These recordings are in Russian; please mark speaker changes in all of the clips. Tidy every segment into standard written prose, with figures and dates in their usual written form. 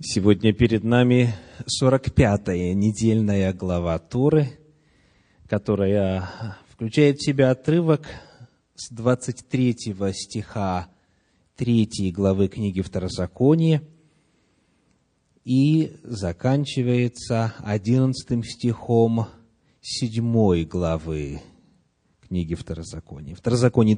Speaker 1: Сегодня перед нами 45-я недельная глава Торы, которая включает в себя отрывок с 23 стиха 3 главы книги Второзакония и заканчивается 11 стихом 7 главы книги Второзакония. Второзаконие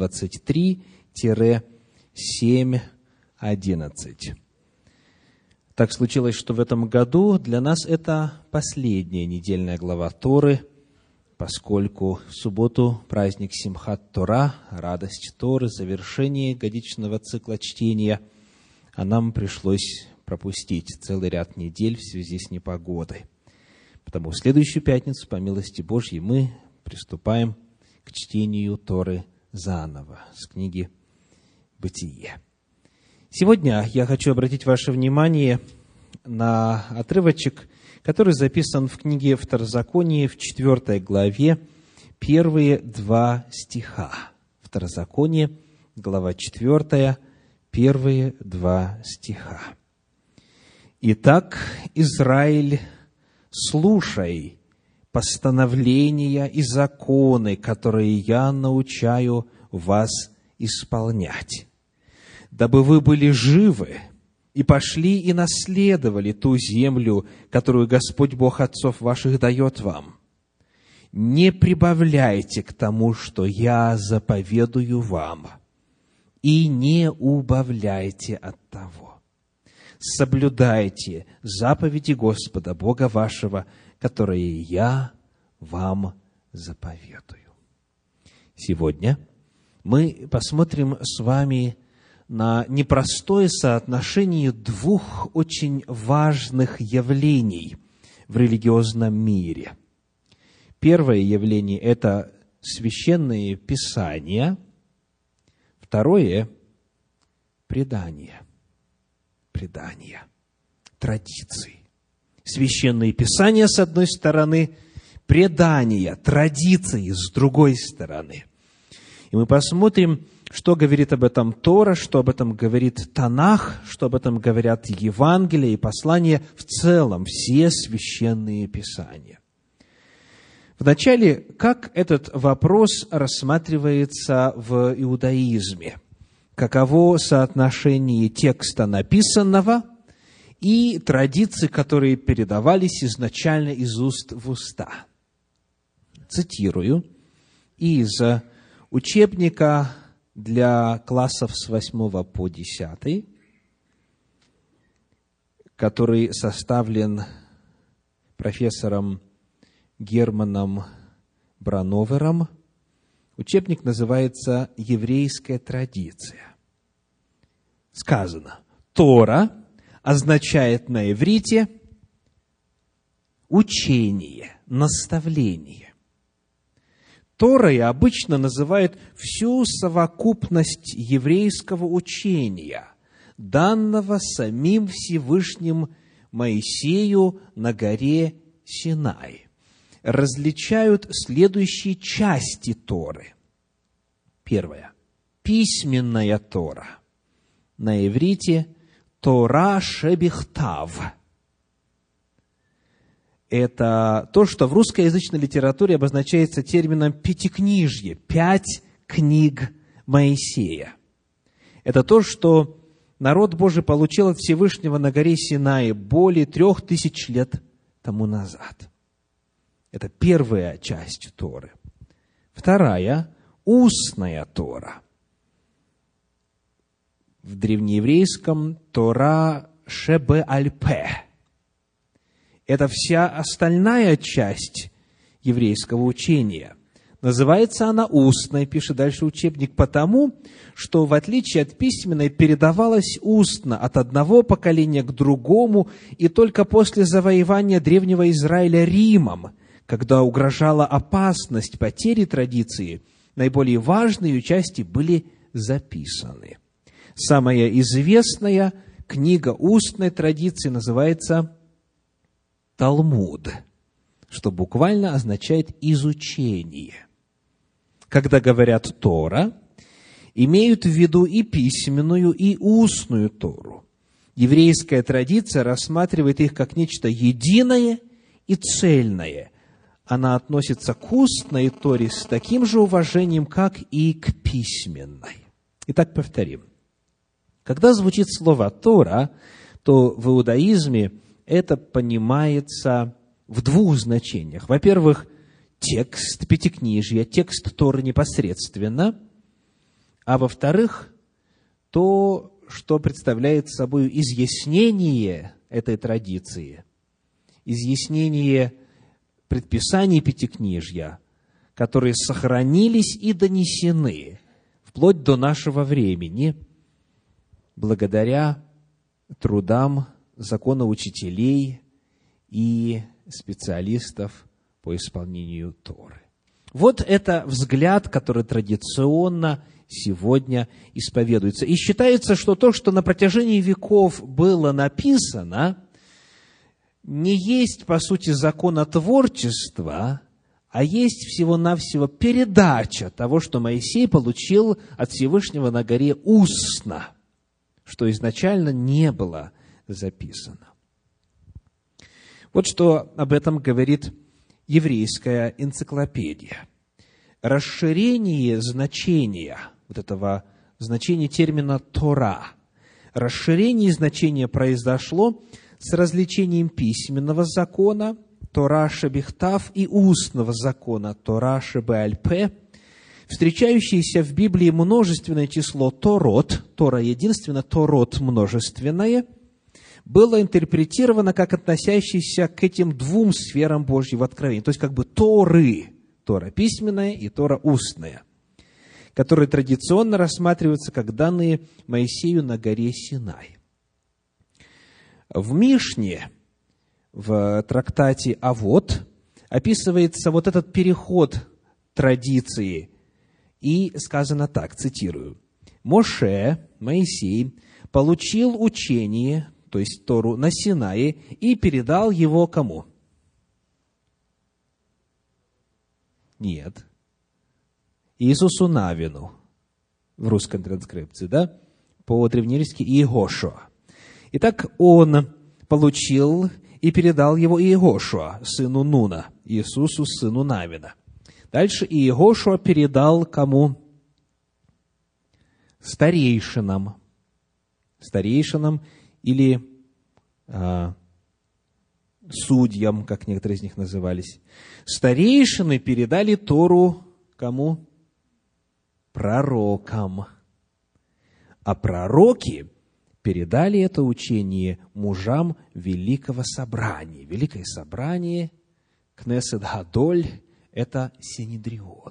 Speaker 1: 3:23-7:11. Так случилось, что в этом году для нас это последняя недельная глава Торы, поскольку в субботу праздник Симхат Тора, радость Торы, завершение годичного цикла чтения, а нам пришлось пропустить целый ряд недель в связи с непогодой. Потому в следующую пятницу, по милости Божьей, мы приступаем к чтению Торы заново с книги «Бытие». Сегодня я хочу обратить ваше внимание на отрывочек, который записан в книге Второзаконие в 4 главе, первые 2 стиха. Второзаконие, глава 4, первые 2 стиха. «Итак, Израиль, слушай постановления и законы, которые я научаю вас исполнять, дабы вы были живы и пошли и наследовали ту землю, которую Господь Бог отцов ваших дает вам. Не прибавляйте к тому, что я заповедую вам, и не убавляйте от того. Соблюдайте заповеди Господа Бога вашего, которые я вам заповедую». Сегодня мы посмотрим с вами на непростое соотношение двух очень важных явлений в религиозном мире. Первое явление – это священные писания. Второе – предания, традиции. Священные писания с одной стороны, предания, традиции с другой стороны. И мы посмотрим, что говорит об этом Тора, что об этом говорит Танах, что об этом говорят Евангелия и послания, в целом все священные писания. Вначале, как этот вопрос рассматривается в иудаизме? Каково соотношение текста написанного и традиций, которые передавались изначально из уст в уста? Цитирую из учебника для классов с 8 по 10, который составлен профессором Германом Брановером. Учебник называется «Еврейская традиция». Сказано: Тора означает на иврите учение, наставление. Торой обычно называют всю совокупность еврейского учения, данного самим Всевышним Моисею на горе Синай. Различают следующие части Торы. Первое. Письменная Тора. На иврите Тора шебихтав. Это то, что в русскоязычной литературе обозначается термином «пятикнижье», 5 книг Моисея. Это то, что народ Божий получил от Всевышнего на горе Синай более 3000 лет тому назад. Это первая часть Торы. Вторая – устная Тора. В древнееврейском Тора шебе-аль-пе. Это вся остальная часть еврейского учения. Называется она устной, пишет дальше учебник, потому, что в отличие от письменной передавалась устно от одного поколения к другому, и только после завоевания древнего Израиля Римом, когда угрожала опасность потери традиции, наиболее важные ее части были записаны. Самая известная книга устной традиции называется Талмуд, что буквально означает «изучение». Когда говорят «Тора», имеют в виду и письменную, и устную Тору. Еврейская традиция рассматривает их как нечто единое и цельное. Она относится к устной Торе с таким же уважением, как и к письменной. Итак, повторим. Когда звучит слово «Тора», то в иудаизме это понимается в двух значениях. Во-первых, текст Пятикнижья, текст Торы непосредственно, а во-вторых, то, что представляет собой изъяснение этой традиции, изъяснение предписаний Пятикнижья, которые сохранились и донесены вплоть до нашего времени, благодаря трудам законоучителей и специалистов по исполнению Торы. Вот это взгляд, который традиционно сегодня исповедуется. И считается, что то, что на протяжении веков было написано, не есть, по сути, законотворчество, а есть всего-навсего передача того, что Моисей получил от Всевышнего на горе устно, что изначально не было записано. Вот что об этом говорит еврейская энциклопедия. Расширение значения вот этого значения термина «Тора», расширение значения произошло с развлечением письменного закона Тора шебихтав и устного закона Тора шебеальпе, встречающееся в Библии множественное число Торот, Тора единственно, Торот множественное, было интерпретировано как относящееся к этим двум сферам Божьего откровения, то есть как бы Торы, Тора письменная и Тора устная, которые традиционно рассматриваются как данные Моисею на горе Синай. В Мишне, в трактате Авот, описывается вот этот переход традиции, и сказано так, цитирую: «Моше, Моисей, получил учение, то есть Тору, на Синае, и передал его кому?» Нет. Иисусу Навину, в русской транскрипции, да? По-древнееврейски Иегошуа. Итак, он получил и передал его Иегошуа, сыну Нуна, Иисусу, сыну Навина. Дальше Иегошуа передал кому? Старейшинам. Старейшинам или судьям, как некоторые из них назывались. Старейшины передали Тору кому? Пророкам. А пророки передали это учение мужам Великого Собрания. Великое Собрание, Кнесет Гадоль, это Синедрион.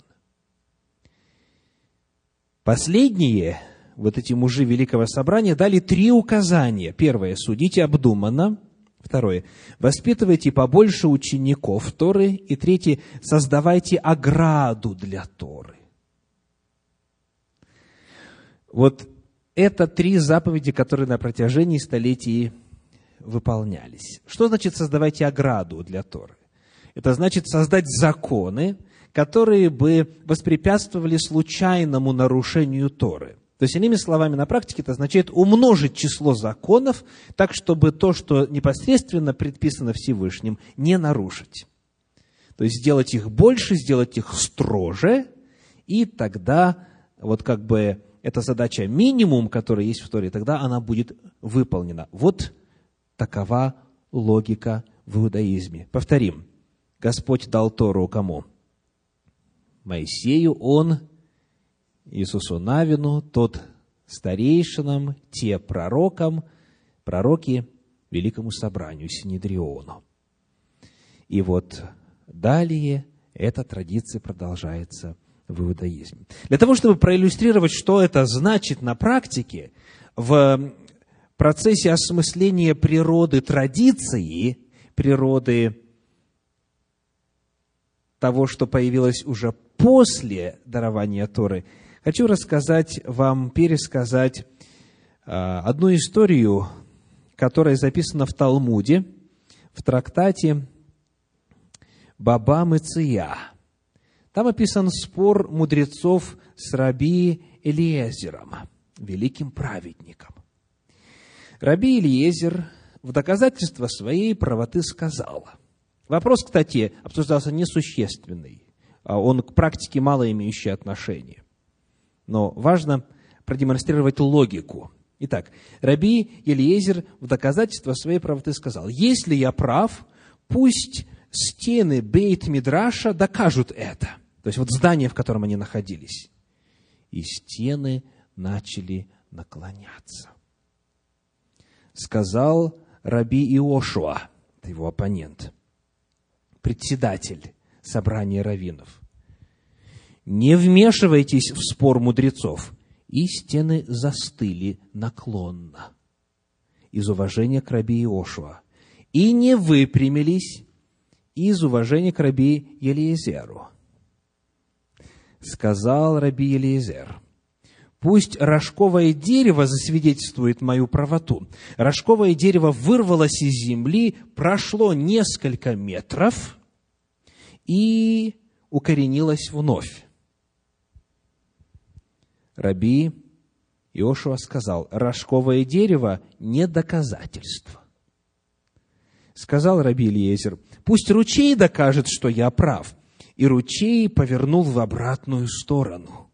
Speaker 1: Последние, вот эти мужи Великого Собрания, дали 3 указания. Первое – судите обдуманно. Второе – воспитывайте побольше учеников Торы. И третье – создавайте ограду для Торы. Вот это 3 заповеди, которые на протяжении столетий выполнялись. Что значит создавайте ограду для Торы? Это значит создать законы, которые бы воспрепятствовали случайному нарушению Торы. То есть, иными словами, на практике это означает умножить число законов так, чтобы то, что непосредственно предписано Всевышним, не нарушить. То есть, сделать их больше, сделать их строже, и тогда вот как бы эта задача минимум, которая есть в Торе, тогда она будет выполнена. Вот такова логика в иудаизме. Повторим. Господь дал Тору кому? Моисею, он Иисусу Навину, тот старейшинам, те пророкам, пророки Великому Собранию, Синедриону. И вот далее эта традиция продолжается в иудаизме. Для того, чтобы проиллюстрировать, что это значит на практике, в процессе осмысления природы традиции, природы того, что появилось уже после дарования Торы, хочу рассказать вам, пересказать одну историю, которая записана в Талмуде, в трактате Баба Меция. Там описан спор мудрецов с раби Элиезером, великим праведником. Раби Элиезер в доказательство своей правоты сказал. Вопрос, кстати, обсуждался несущественный, он к практике мало имеющий отношение. Но важно продемонстрировать логику. Итак, Раби Элиезер в доказательство своей правоты сказал: «Если я прав, пусть стены Бейт-Мидраша докажут это». То есть, вот здание, в котором они находились. И стены начали наклоняться. Сказал раби Иошуа, это его оппонент, председатель собрания раввинов: «Не вмешивайтесь в спор мудрецов». И стены застыли наклонно из уважения к раби Иошуа, и не выпрямились из уважения к раби Элиезеру. Сказал раби Элиезер: «Пусть рожковое дерево засвидетельствует мою правоту». Рожковое дерево вырвалось из земли, прошло несколько метров и укоренилось вновь. Раби Иошуа сказал: «Рожковое дерево не доказательство». Сказал раби Элиезер: «Пусть ручей докажет, что я прав». И ручей повернул в обратную сторону.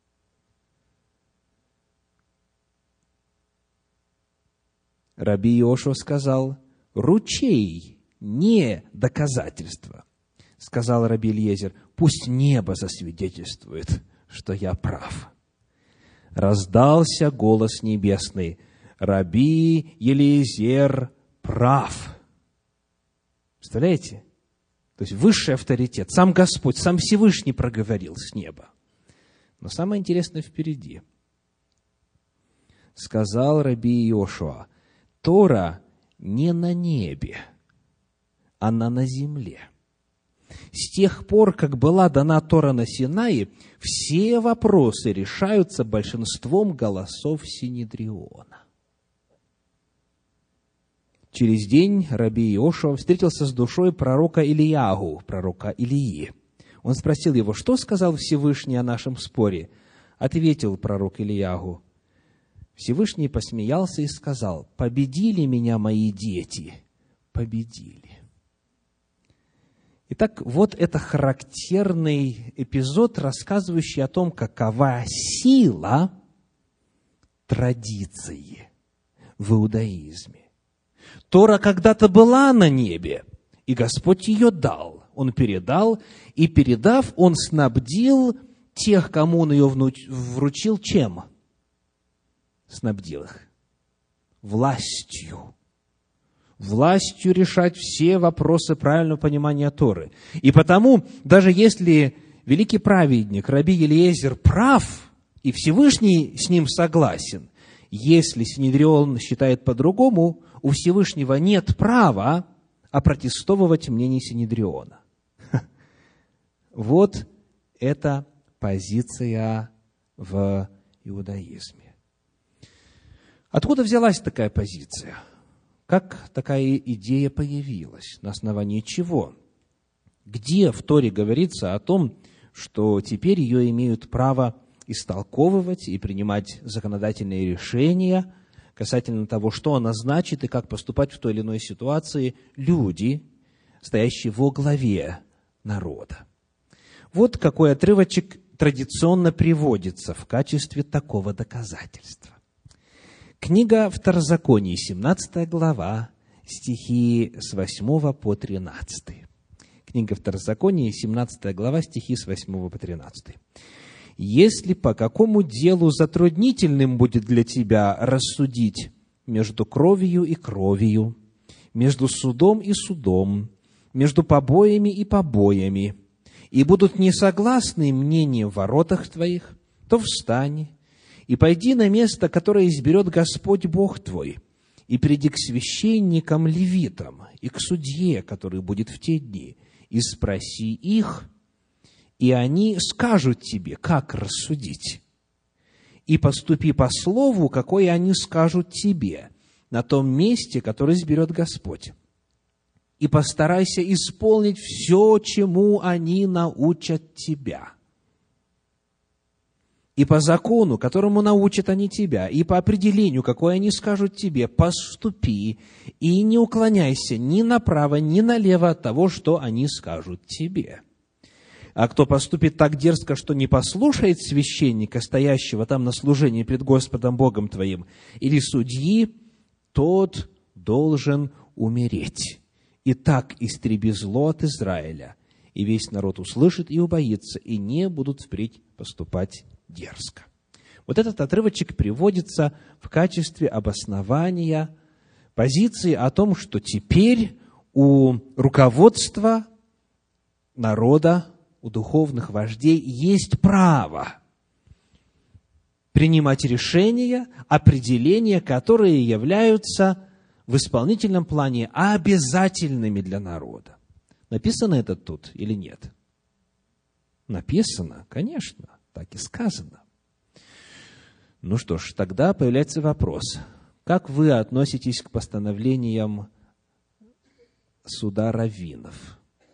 Speaker 1: Раби Иошуа сказал: «Ручей не доказательство». Сказал раби Элиезер: «Пусть небо засвидетельствует, что я прав». Раздался голос небесный: «Раби Элиезер прав». Представляете? То есть высший авторитет, сам Господь, сам Всевышний проговорил с неба. Но самое интересное впереди. Сказал раби Иошуа: «Тора не на небе, она на земле». С тех пор, как была дана Тора на Синае, все вопросы решаются большинством голосов Синедриона. Через день раби Иошуа встретился с душой пророка Илиягу, пророка Илии. Он спросил его: «Что сказал Всевышний о нашем споре?» Ответил пророк Илиягу: Всевышний посмеялся и сказал: «Победили меня мои дети, победили». Итак, вот это характерный эпизод, рассказывающий о том, какова сила традиции в иудаизме. Тора когда-то была на небе, и Господь ее дал. Он передал, и передав, Он снабдил тех, кому Он ее вручил, чем? Снабдил их властью. Властью решать все вопросы правильного понимания Торы. И потому, даже если великий праведник раби Элиезер прав, и Всевышний с ним согласен, если Синедрион считает по-другому, у Всевышнего нет права опротестовывать мнение Синедриона. Вот это позиция в иудаизме. Откуда взялась такая позиция? Как такая идея появилась? На основании чего? Где в Торе говорится о том, что теперь ее имеют право истолковывать и принимать законодательные решения касательно того, что она значит и как поступать в той или иной ситуации люди, стоящие во главе народа? Вот какой отрывочек традиционно приводится в качестве такого доказательства. Книга Второзакония, 17 глава, стихи с 8 по 13. Книга Второзакония, 17 глава, стихи с 8 по 13. «Если по какому делу затруднительным будет для тебя рассудить между кровью и кровью, между судом и судом, между побоями и побоями, и будут несогласны мнения в воротах твоих, то встань и пойди на место, которое изберет Господь Бог твой, и приди к священникам, левитам, и к судье, который будет в те дни, и спроси их, и они скажут тебе, как рассудить. И поступи по слову, какое они скажут тебе, на том месте, которое изберет Господь. И постарайся исполнить все, чему они научат тебя. и по закону, которому научат они тебя, и по определению, какое они скажут тебе, поступи, и не уклоняйся ни направо, ни налево от того, что они скажут тебе. А кто поступит так дерзко, что не послушает священника, стоящего там на служении пред Господом Богом твоим, или судьи, тот должен умереть. Итак, истреби зло от Израиля, и весь народ услышит и убоится, и не будут впредь поступать дерзко. Вот этот отрывочек приводится в качестве обоснования позиции о том, что теперь у руководства народа, у духовных вождей есть право принимать решения, определения, которые являются в исполнительном плане обязательными для народа. Написано это тут или нет? Написано, конечно, так и сказано. Ну что ж, тогда появляется вопрос. Как вы относитесь к постановлениям суда раввинов?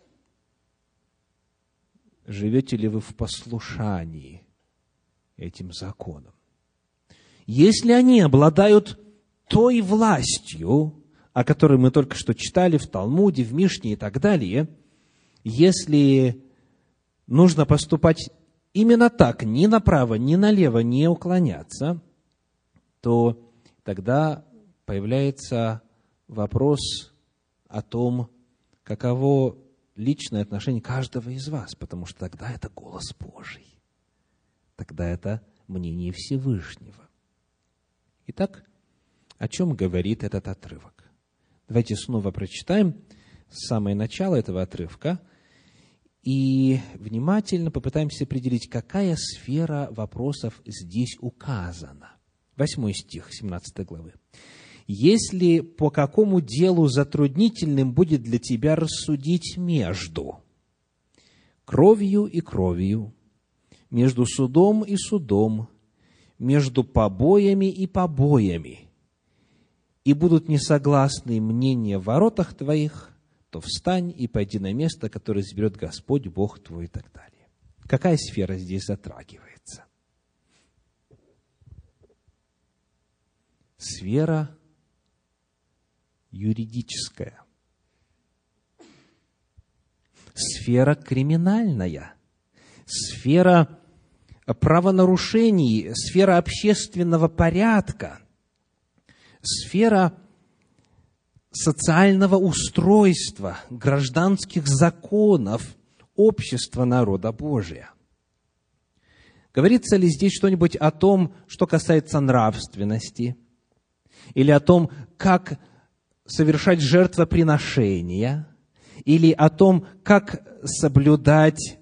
Speaker 1: Живете ли вы в послушании этим законам? Если они обладают той властью, о которой мы только что читали в Талмуде, в Мишне и так далее, если нужно поступать именно так, ни направо, ни налево не уклоняться, то тогда появляется вопрос о том, каково личное отношение каждого из вас, потому что тогда это голос Божий, тогда это мнение Всевышнего. Итак, о чем говорит этот отрывок? Давайте снова прочитаем самое начало этого отрывка и внимательно попытаемся определить, какая сфера вопросов здесь указана. 8 стих 17 главы. «Если по какому делу затруднительным будет для тебя рассудить между кровью и кровью, между судом и судом, между побоями и побоями, и будут несогласны мнения в воротах твоих, то встань и пойди на место, которое изберет Господь, Бог твой», и так далее. Какая сфера здесь затрагивается? Сфера юридическая, сфера криминальная, сфера правонарушений, сфера общественного порядка, сфера социального устройства, гражданских законов общества народа Божия. Говорится ли здесь что-нибудь о том, что касается нравственности, или о том, как совершать жертвоприношения, или о том, как соблюдать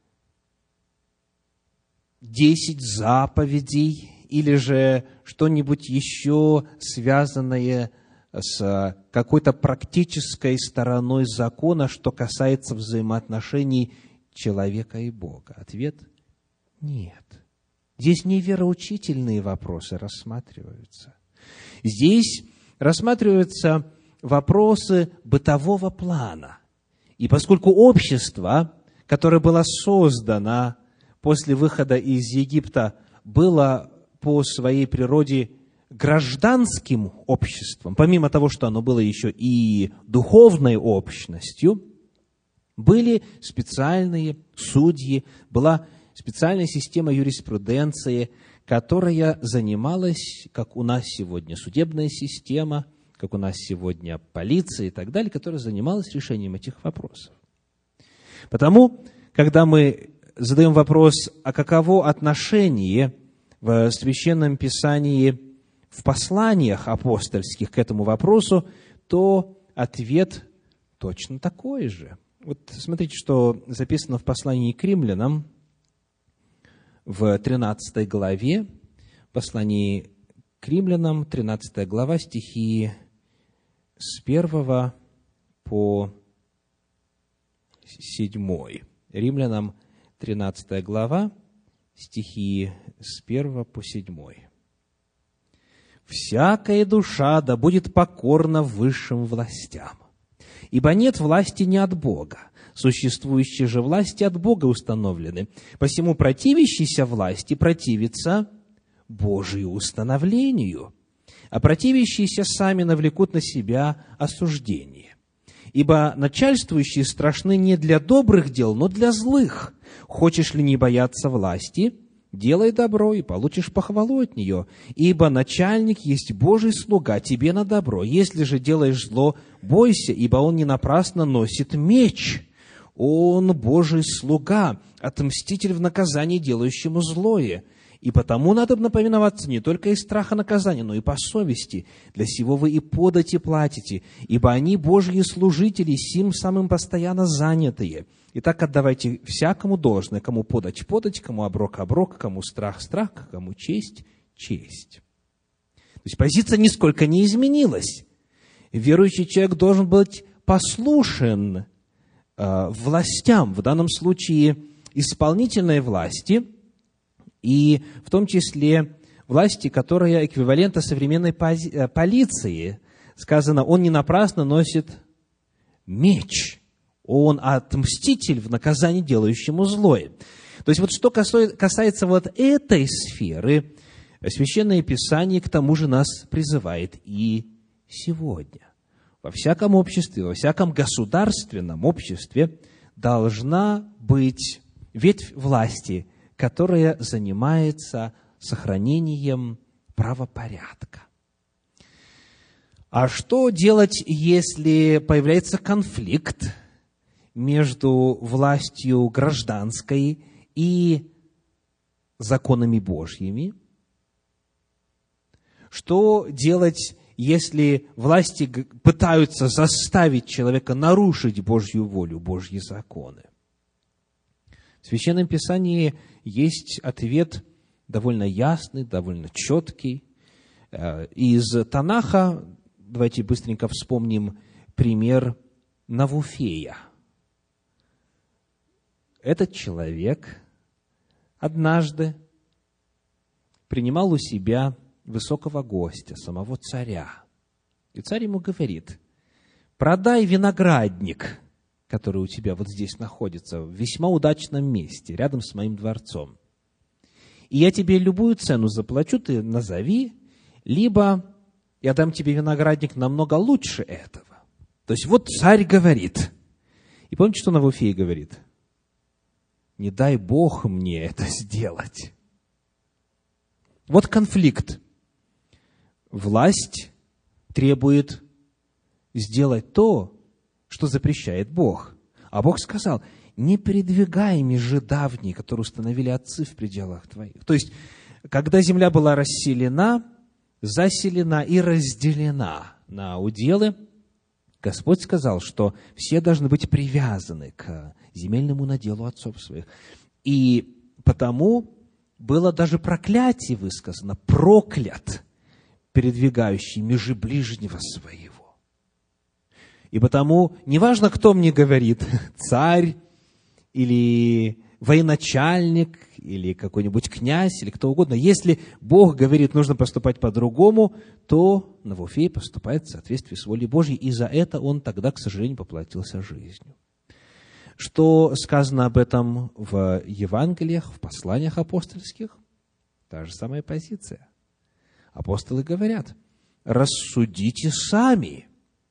Speaker 1: 10 заповедей, или же что-нибудь еще связанное с какой-то практической стороной закона, что касается взаимоотношений человека и Бога? Ответ – нет. Здесь не вероучительные вопросы рассматриваются. Здесь рассматриваются вопросы бытового плана. И поскольку общество, которое было создано после выхода из Египта, было по своей природе гражданским обществом, помимо того, что оно было еще и духовной общностью, были специальные судьи, была специальная система юриспруденции, которая занималась, как у нас сегодня судебная система, как у нас сегодня полиция и так далее, которая занималась решением этих вопросов. Потому, когда мы задаем вопрос, а каково отношение в Священном Писании, в посланиях апостольских к этому вопросу, то ответ точно такой же. Вот смотрите, что записано в послании к римлянам, в 13 главе, послании к римлянам, 13 глава, стихи с 1 по 7. Римлянам, 13 глава, стихи с 1 по 7. «Всякая душа да будет покорна высшим властям, ибо нет власти не от Бога. Существующие же власти от Бога установлены. Посему противящийся власти противится Божию установлению, а противящиеся сами навлекут на себя осуждение. Ибо начальствующие страшны не для добрых дел, но для злых. Хочешь ли не бояться власти? Делай добро, и получишь похвалу от нее. Ибо начальник есть Божий слуга, тебе на добро. Если же делаешь зло, бойся, ибо он не напрасно носит меч. Он Божий слуга, отмститель в наказании делающему злое. И потому надобно повиноваться не только из страха наказания, но и по совести. Для сего вы и подати платите, ибо они Божьи служители, сим самым постоянно занятые. Итак, отдавайте всякому должное, кому подать подать, кому оброк оброк, кому страх страх, кому честь честь. То есть позиция нисколько не изменилась. Верующий человек должен быть послушен властям, в данном случае исполнительной власти, и в том числе власти, которая эквивалента современной полиции. Сказано, он не напрасно носит меч. Он отмститель в наказании делающему злое. То есть, вот что касается вот этой сферы, Священное Писание к тому же нас призывает и сегодня. Во всяком обществе, во всяком государственном обществе должна быть ветвь власти, которая занимается сохранением правопорядка. А что делать, если появляется конфликт между властью гражданской и законами Божьими? Что делать, если власти пытаются заставить человека нарушить Божью волю, Божьи законы? В Священном Писании есть ответ довольно ясный, довольно четкий. Из Танаха давайте быстренько вспомним пример Навуфея. Этот человек однажды принимал у себя высокого гостя, самого царя. И царь ему говорит: продай виноградник, который у тебя вот здесь находится, в весьма удачном месте, рядом с моим дворцом. И я тебе любую цену заплачу, ты назови, либо я дам тебе виноградник намного лучше этого. То есть вот царь говорит. И помните, что Навуфей говорит? Не дай Бог мне это сделать. Вот конфликт. Власть требует сделать то, что запрещает Бог. А Бог сказал: не передвигай межи давние, которые установили отцы в пределах твоих. То есть, когда земля была расселена, заселена и разделена на уделы, Господь сказал, что все должны быть привязаны к земельному наделу отцов своих. И потому было даже проклятие высказано: проклят, передвигающий межи ближнего своего. И потому, неважно, кто мне говорит, царь или военачальник, или какой-нибудь князь, или кто угодно, если Бог говорит, нужно поступать по-другому, то Навуфей поступает в соответствии с волей Божьей, и за это он тогда, к сожалению, поплатился жизнью. Что сказано об этом в Евангелиях, в посланиях апостольских? Та же самая позиция. Апостолы говорят: рассудите сами,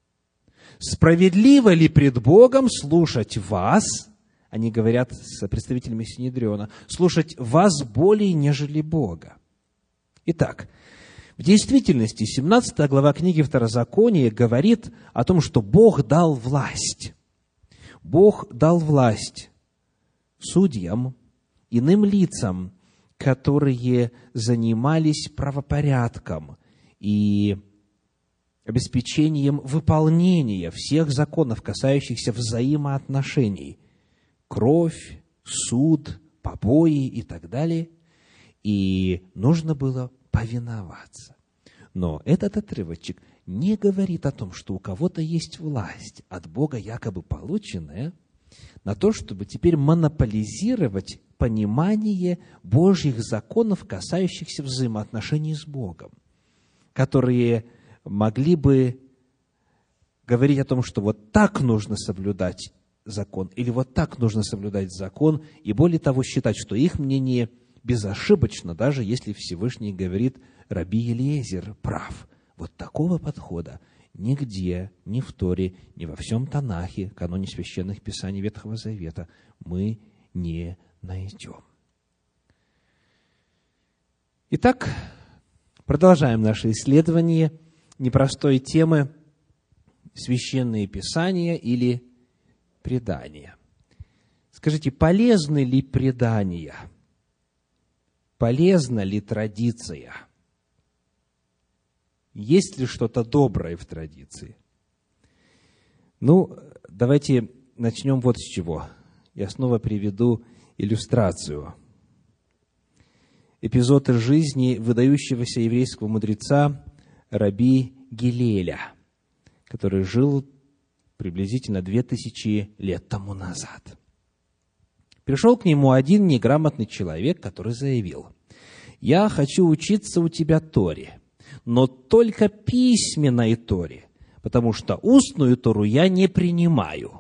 Speaker 1: справедливо ли пред Богом слушать вас, они говорят с представителями Синедриона, слушать вас более, нежели Бога. Итак, в действительности 17 глава книги Второзакония говорит о том, что Бог дал власть. Бог дал власть судьям, иным лицам, которые занимались правопорядком и обеспечением выполнения всех законов, касающихся взаимоотношений. Кровь, суд, побои и так далее. И нужно было повиноваться. Но этот отрывочек не говорит о том, что у кого-то есть власть, от Бога якобы полученная, на то, чтобы теперь монополизировать понимание Божьих законов, касающихся взаимоотношений с Богом, которые могли бы говорить о том, что вот так нужно соблюдать закон, или вот так нужно соблюдать закон, и более того, считать, что их мнение безошибочно, даже если Всевышний говорит: раби Элиезер прав. Вот такого подхода нигде, ни в Торе, ни во всем Танахе, каноне священных писаний Ветхого Завета, мы не найдем. Итак, продолжаем наше исследование непростой темы священные писания или предания. Скажите, полезны ли предания? Полезна ли традиция? Есть ли что-то доброе в традиции? Давайте начнем вот с чего. Я снова приведу иллюстрацию. Эпизод из жизни выдающегося еврейского мудреца раби Гилеля, который жил приблизительно 2000 лет тому назад. Пришел к нему один неграмотный человек, который заявил: «Я хочу учиться у тебя Торе, но только письменной Торе, потому что устную Тору я не принимаю».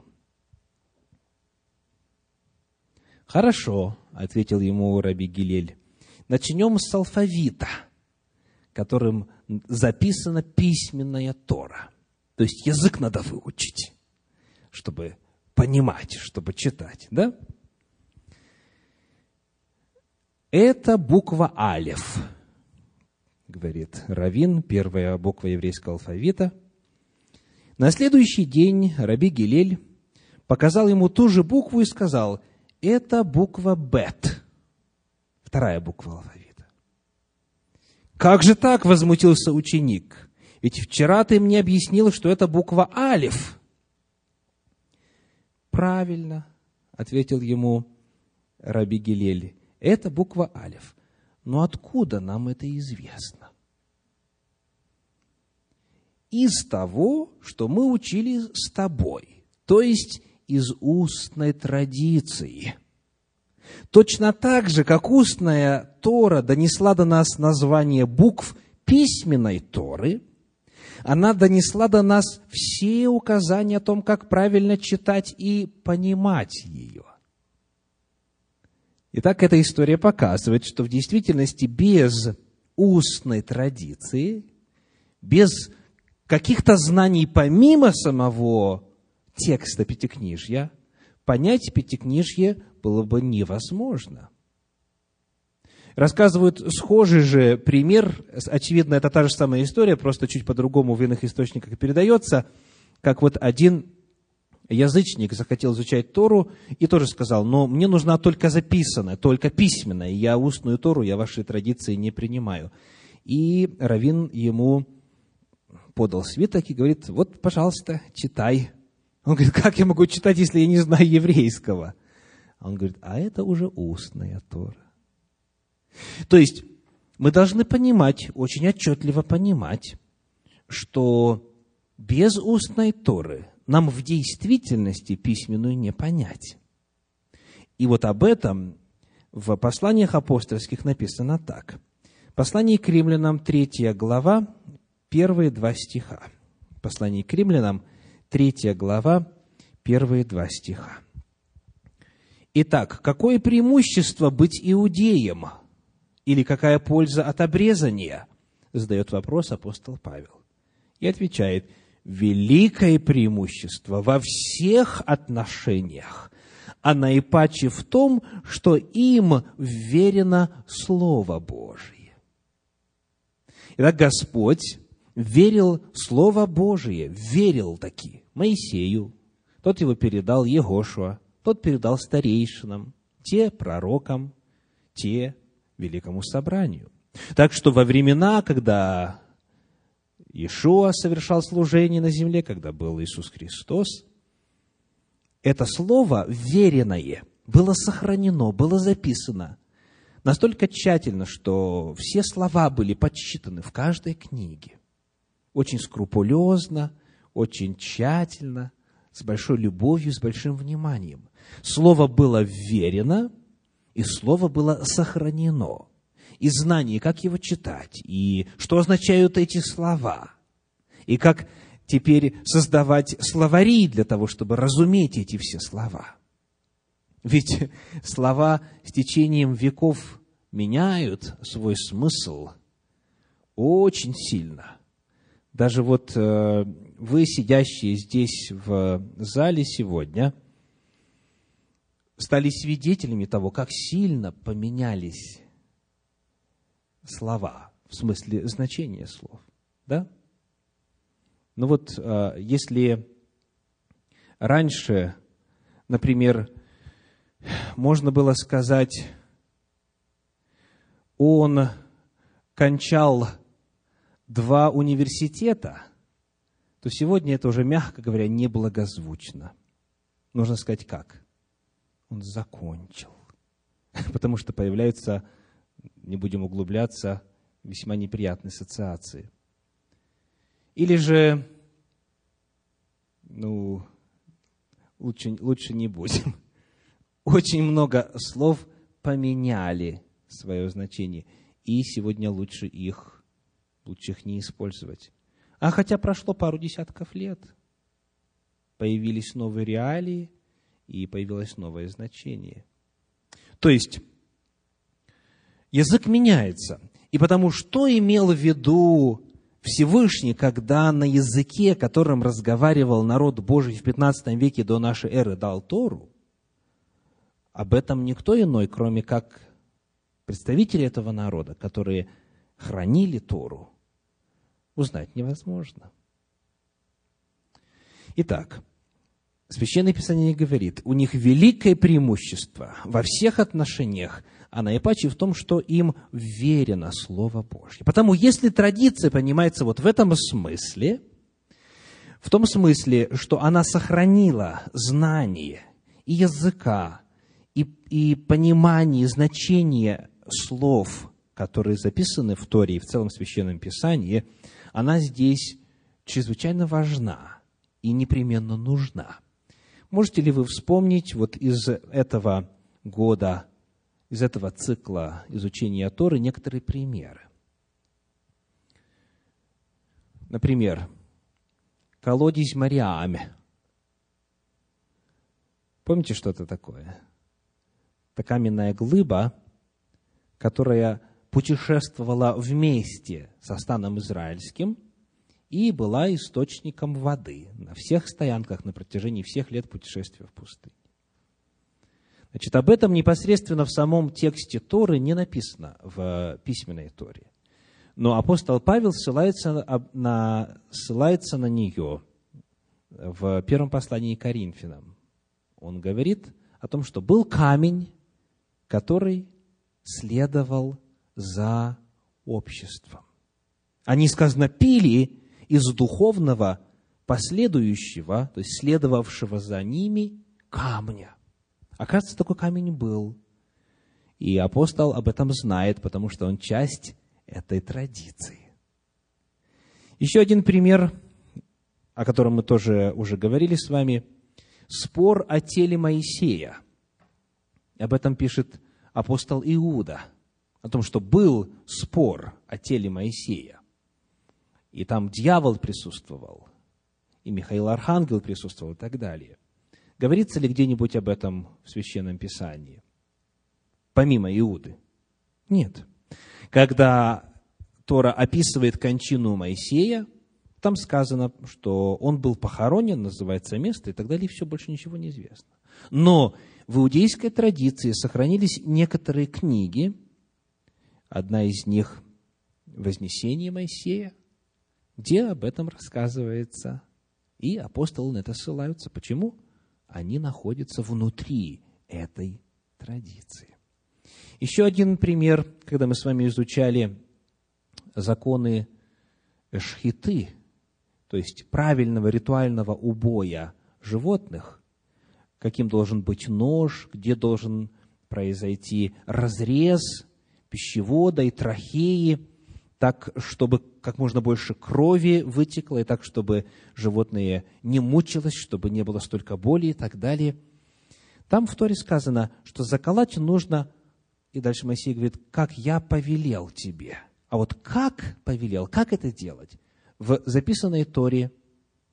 Speaker 1: «Хорошо», — ответил ему раби Гилель, — «начнем с алфавита, которым записана письменная Тора». То есть язык надо выучить, чтобы понимать, чтобы читать, да? Это буква Алеф, говорит раввин, первая буква еврейского алфавита. На следующий день раби Гилель показал ему ту же букву и сказал: это буква Бет, вторая буква алфавита. «Как же так?» — возмутился ученик. «Ведь вчера ты мне объяснил, что это буква Алеф». «Правильно», — ответил ему раби Гилель, — «это буква Алеф. Но откуда нам это известно?» «Из того, что мы учили с тобой, то есть из устной традиции. Точно так же, как устная Тора донесла до нас название букв письменной Торы, она донесла до нас все указания о том, как правильно читать и понимать ее». Итак, эта история показывает, что в действительности без устной традиции, без каких-то знаний помимо самого текста Пятикнижья, понять Пятикнижье было бы невозможно. Рассказывают схожий же пример, очевидно, это та же самая история, просто чуть по-другому в иных источниках передается, как вот один язычник захотел изучать Тору и тоже сказал: но мне нужна только записанная, только письменная, я устную Тору, я ваши традиции не принимаю. И раввин ему подал свиток и говорит: вот, пожалуйста, читай. Он говорит: как я могу читать, если я не знаю еврейского? Он говорит: а это уже устная Тора. То есть мы должны понимать, очень отчетливо понимать, что без устной Торы нам в действительности письменную не понять. И вот об этом в посланиях апостольских написано так. Послание к римлянам, 3 глава, первые 2 стиха. Послание к римлянам, 3 глава, первые 2 стиха. «Итак, какое преимущество быть иудеем? Или какая польза от обрезания?» Задает вопрос апостол Павел. И отвечает: великое преимущество во всех отношениях, а наипаче в том, что им вверено Слово Божие. Итак, Господь верил в Слово Божие, верил таки Моисею, тот его передал Егошуа, тот передал старейшинам, те пророкам, те великому собранию. Так что во времена, когда Иешуа совершал служение на земле, когда был Иисус Христос, это слово веренное было сохранено, было записано настолько тщательно, что все слова были подсчитаны в каждой книге. Очень скрупулезно, очень тщательно, с большой любовью, с большим вниманием. Слово было верено, и слово было сохранено. И знание, как его читать, и что означают эти слова, и как теперь создавать словари для того, чтобы разуметь эти все слова. Ведь слова с течением веков меняют свой смысл очень сильно. Даже вот вы, сидящие здесь в зале сегодня, стали свидетелями того, как сильно поменялись слова, в смысле значения слов. Да? Ну вот, если раньше, например, можно было сказать, он кончал 2 университета, то сегодня это уже, мягко говоря, неблагозвучно. Нужно сказать как? Он закончил. Потому что появляются, не будем углубляться, весьма неприятные ассоциации. Или же, лучше не будем. Очень много слов поменяли свое значение, и сегодня лучше их не использовать. А хотя прошло пару десятков лет, появились новые реалии, и появилось новое значение. То есть, язык меняется. И потому что имел в виду Всевышний, когда на языке, которым разговаривал народ Божий в 15 веке до нашей эры, дал Тору, об этом никто иной, кроме как представители этого народа, которые хранили Тору, узнать невозможно. Итак, Священное Писание говорит, у них великое преимущество во всех отношениях, а наипаче в том, что им верено Слово Божье. Потому если традиция понимается вот в этом смысле, в том смысле, что она сохранила знание и языка, и понимание, и значение слов, которые записаны в Торе и в целом Священном Писании, она здесь чрезвычайно важна и непременно нужна. Можете ли вы вспомнить вот из этого года, из этого цикла изучения Торы некоторые примеры? Например, колодезь Мариаме. Помните, что это такое? Это каменная глыба, которая путешествовала вместе со станом израильским и была источником воды на всех стоянках на протяжении всех лет путешествия в пустыне. Значит, об этом непосредственно в самом тексте Торы не написано в письменной Торе. Но апостол Павел ссылается на нее в первом послании к Коринфянам. Он говорит о том, что был камень, который следовал за обществом. Они, сказано, пили из духовного последующего, то есть следовавшего за ними камня. Оказывается, такой камень был. И апостол об этом знает, потому что он часть этой традиции. Еще один пример, о котором мы тоже уже говорили с вами, спор о теле Моисея. Об этом пишет апостол Иуда, о том, что был спор о теле Моисея. И там дьявол присутствовал, и Михаил Архангел присутствовал, и так далее. Говорится ли где-нибудь об этом в Священном Писании? Помимо Иуды? Нет. Когда Тора описывает кончину Моисея, там сказано, что он был похоронен, называется место, и так далее, и все, больше ничего не известно. Но в иудейской традиции сохранились некоторые книги, одна из них «Вознесение Моисея», где об этом рассказывается, и апостолы на это ссылаются. Почему? Они находятся внутри этой традиции. Еще один пример, когда мы с вами изучали законы шхиты, то есть правильного ритуального убоя животных, каким должен быть нож, где должен произойти разрез пищевода и трахеи, так, чтобы как можно больше крови вытекло, и так, чтобы животное не мучилось, чтобы не было столько боли и так далее. Там в Торе сказано, что заколоть нужно, и дальше Моисей говорит, как я повелел тебе. А вот как повелел, как это делать? В записанной Торе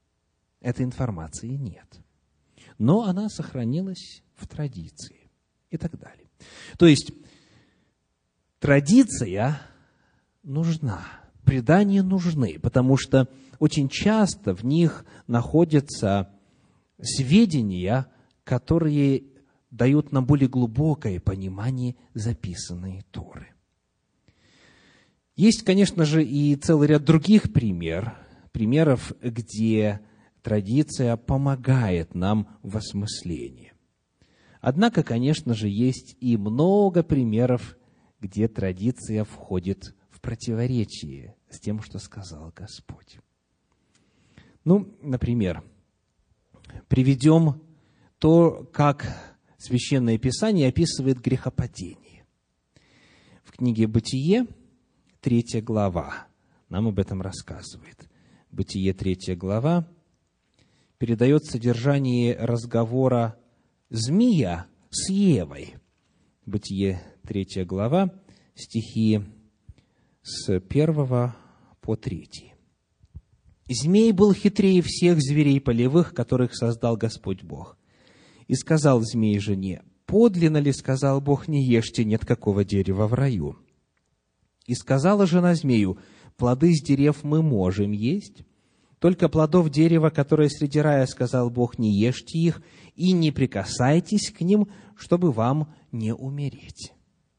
Speaker 1: этой информации нет. Но она сохранилась в традиции и так далее. То есть, традиция нужна, предания нужны, потому что очень часто в них находятся сведения, которые дают нам более глубокое понимание записанной Торы. Есть, конечно же, и целый ряд других примеров, где традиция помогает нам в осмыслении. Однако, конечно же, есть и много примеров, где традиция входит в противоречие с тем, что сказал Господь. Например, приведем то, как Священное Писание описывает грехопадение. В книге «Бытие», 3 глава, нам об этом рассказывает. Бытие, 3 глава, передает содержание разговора змея с Евой. Бытие, 3 глава, стихи с 1 по 3. «Змей был хитрее всех зверей полевых, которых создал Господь Бог. И сказал змей жене: подлинно ли, сказал Бог, не ешьте ни от какого дерева в раю? И сказала жена змею: плоды с дерев мы можем есть, только плодов дерева, которое среди рая, сказал Бог, не ешьте их и не прикасайтесь к ним, чтобы вам не умереть».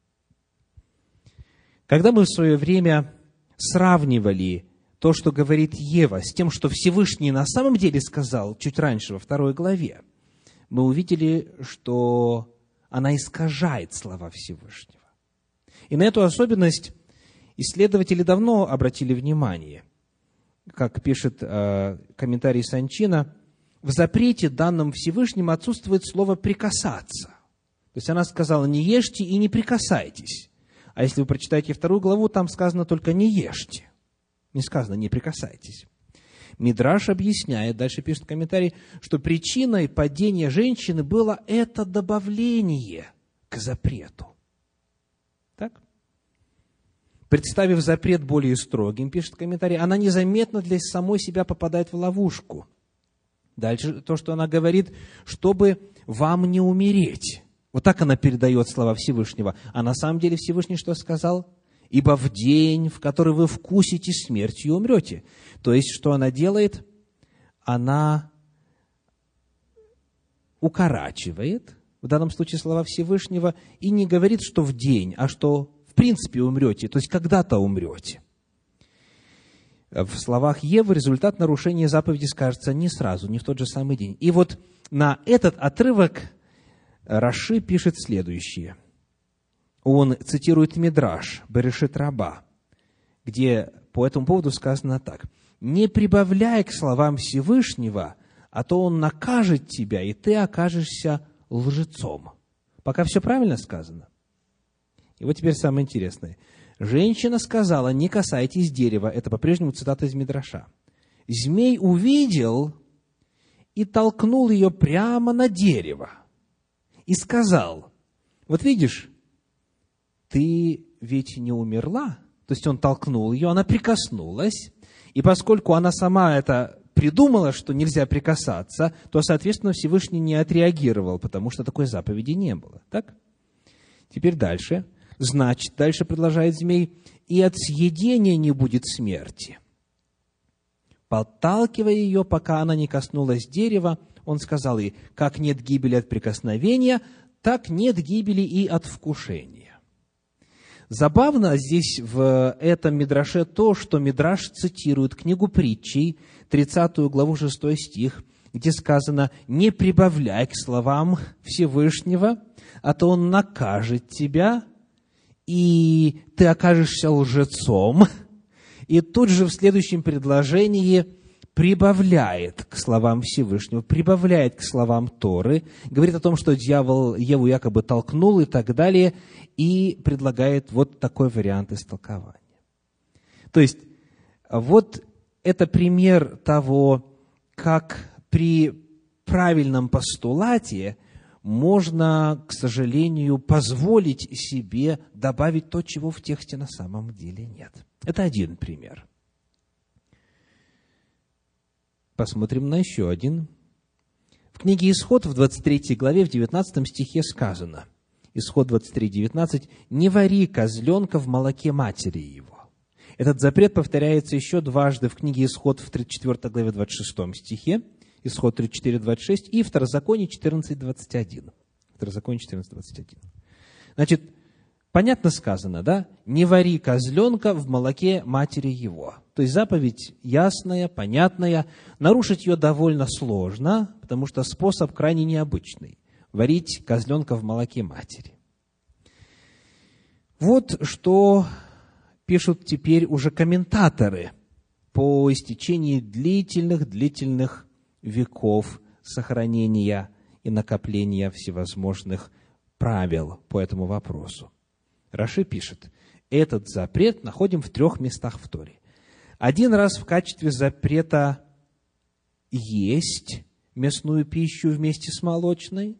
Speaker 1: Когда мы в свое время сравнивали то, что говорит Ева, с тем, что Всевышний на самом деле сказал чуть раньше, во 2 главе, мы увидели, что она искажает слова Всевышнего. И на эту особенность исследователи давно обратили внимание. Как пишет комментарий Санчина, в запрете, данном Всевышним, отсутствует слово «прикасаться». То есть она сказала: не ешьте и не прикасайтесь. А если вы прочитаете 2 главу, там сказано только «не ешьте». Не сказано «не прикасайтесь». Мидраш объясняет, дальше пишет комментарий, что причиной падения женщины было это добавление к запрету. Так? Представив запрет более строгим, пишет комментарий, она незаметно для самой себя попадает в ловушку. Дальше то, что она говорит, чтобы вам не умереть. Вот так она передает слова Всевышнего. А на самом деле Всевышний что сказал? «Ибо в день, в который вы вкусите, смертью умрете». То есть, что она делает? Она укорачивает, в данном случае слова Всевышнего, и не говорит, что в день, а что в принципе умрете, то есть когда-то умрете. В словах Евы результат нарушения заповеди скажется не сразу, не в тот же самый день. И вот на этот отрывок Раши пишет следующее. Он цитирует Мидраш, Берешит Раба, где по этому поводу сказано так: «Не прибавляй к словам Всевышнего, а то Он накажет тебя, и ты окажешься лжецом». Пока все правильно сказано? И вот теперь самое интересное. Женщина сказала: не касайтесь дерева. Это по-прежнему цитата из Мидраша. Змей увидел и толкнул ее прямо на дерево. И сказал: вот видишь, ты ведь не умерла. То есть он толкнул ее, она прикоснулась. И поскольку она сама это придумала, что нельзя прикасаться, то, соответственно, Всевышний не отреагировал, потому что такой заповеди не было. Так? Теперь дальше. Значит, дальше продолжает змей, и от съедения не будет смерти. Подталкивая ее, пока она не коснулась дерева, он сказал ей: как нет гибели от прикосновения, так нет гибели и от вкушения. Забавно здесь в этом мидраше то, что мидраш цитирует книгу Притчей, 30 главу 6 стих, где сказано: не прибавляй к словам Всевышнего, а то Он накажет тебя, и ты окажешься лжецом. И тут же в следующем предложении прибавляет к словам Всевышнего, прибавляет к словам Торы, говорит о том, что дьявол Еву якобы толкнул и так далее, и предлагает вот такой вариант истолкования. То есть, вот это пример того, как при правильном постулате можно, к сожалению, позволить себе добавить то, чего в тексте на самом деле нет. Это один пример. Посмотрим на еще один. В книге Исход в 23 главе, в 19 стихе сказано, Исход 23, 19, «Не вари козленка в молоке матери его». Этот запрет повторяется еще дважды в книге Исход в 34 главе, 26 стихе, Исход 34, 26, и Второзаконие 14, 21. Второзаконие 14, 21. Значит, понятно сказано, да? «Не вари козленка в молоке матери его». То есть заповедь ясная, понятная. Нарушить ее довольно сложно, потому что способ крайне необычный. Варить козленка в молоке матери. Вот что пишут теперь уже комментаторы по истечении длительных веков сохранения и накопления всевозможных правил по этому вопросу. Раши пишет, этот запрет находим в 3 местах в Торе. Один раз в качестве запрета есть мясную пищу вместе с молочной.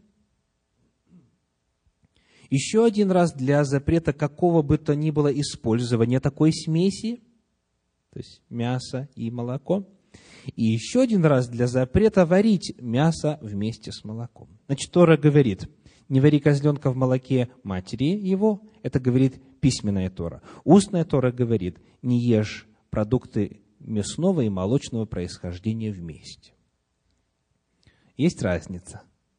Speaker 1: Еще один раз для запрета какого бы то ни было использования такой смеси, то есть мясо и молоко. И еще один раз для запрета варить мясо вместе с молоком. Значит, Тора говорит, не вари козленка в молоке матери его, это говорит письменная Тора. Устная Тора говорит, не ешь продукты мясного и молочного происхождения вместе. Есть разница.